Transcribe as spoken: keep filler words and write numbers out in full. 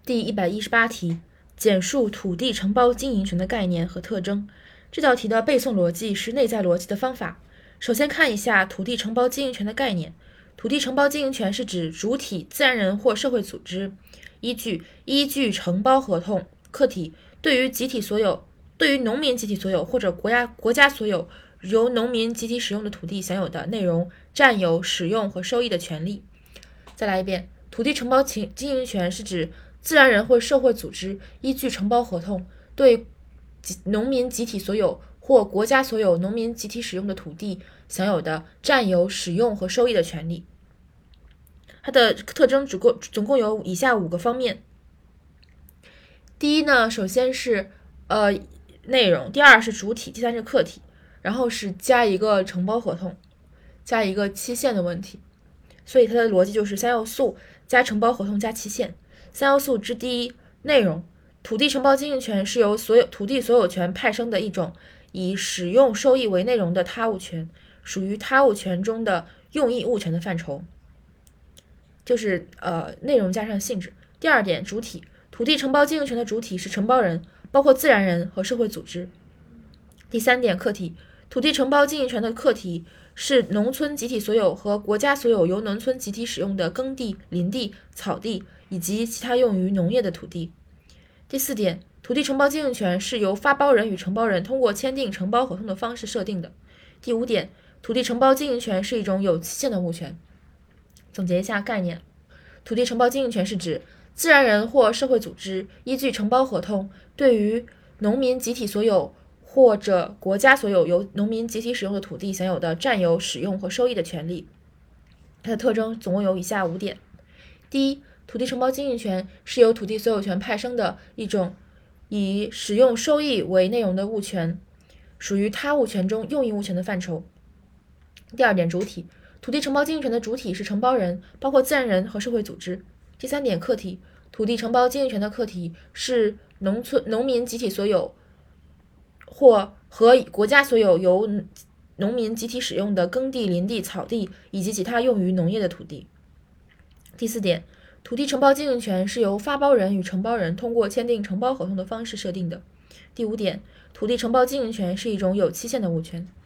第一百一十八题，简述土地承包经营权的概念和特征。这道题的背诵逻辑是内在逻辑的方法。首先看一下土地承包经营权的概念。土地承包经营权是指主体、自然人或社会组织依据依据承包合同客体对于集体所有、对于农民集体所有或者国家国家所有由农民集体使用的土地享有的内容、占有、使用和收益的权利。再来一遍，土地承包经营权是指自然人或社会组织依据承包合同对农民集体所有或国家所有农民集体使用的土地享有的占有、使用和收益的权利。它的特征总共总共有以下五个方面。第一呢，首先是呃内容，第二是主体，第三是客体，然后是加一个承包合同，加一个期限的问题。所以它的逻辑就是三要素加承包合同加期限。三要素之第一，内容，土地承包经营权是由所有土地所有权派生的一种以使用收益为内容的他物权，属于他物权中的用益物权的范畴，就是呃内容加上性质。第二点，主体，土地承包经营权的主体是承包人，包括自然人和社会组织。第三点，客体，土地承包经营权的客体是农村集体所有和国家所有由农村集体使用的耕地、林地、草地以及其他用于农业的土地。第四点，土地承包经营权是由发包人与承包人通过签订承包合同的方式设定的。第五点，土地承包经营权是一种有期限的物权。总结一下概念，土地承包经营权是指自然人或社会组织依据承包合同对于农民集体所有或者国家所有由农民集体使用的土地享有的占有、使用和收益的权利。它的特征总共有以下五点。第一，土地承包经营权是由土地所有权派生的一种以使用收益为内容的物权，属于他物权中用益物权的范畴。第二点，主体，土地承包经营权的主体是承包人，包括自然人和社会组织。第三点，客体，土地承包经营权的客体是农村农民集体所有或和国家所有由农民集体使用的耕地、林地、草地以及其他用于农业的土地。第四点，土地承包经营权是由发包人与承包人通过签订承包合同的方式设定的。第五点，土地承包经营权是一种有期限的物权。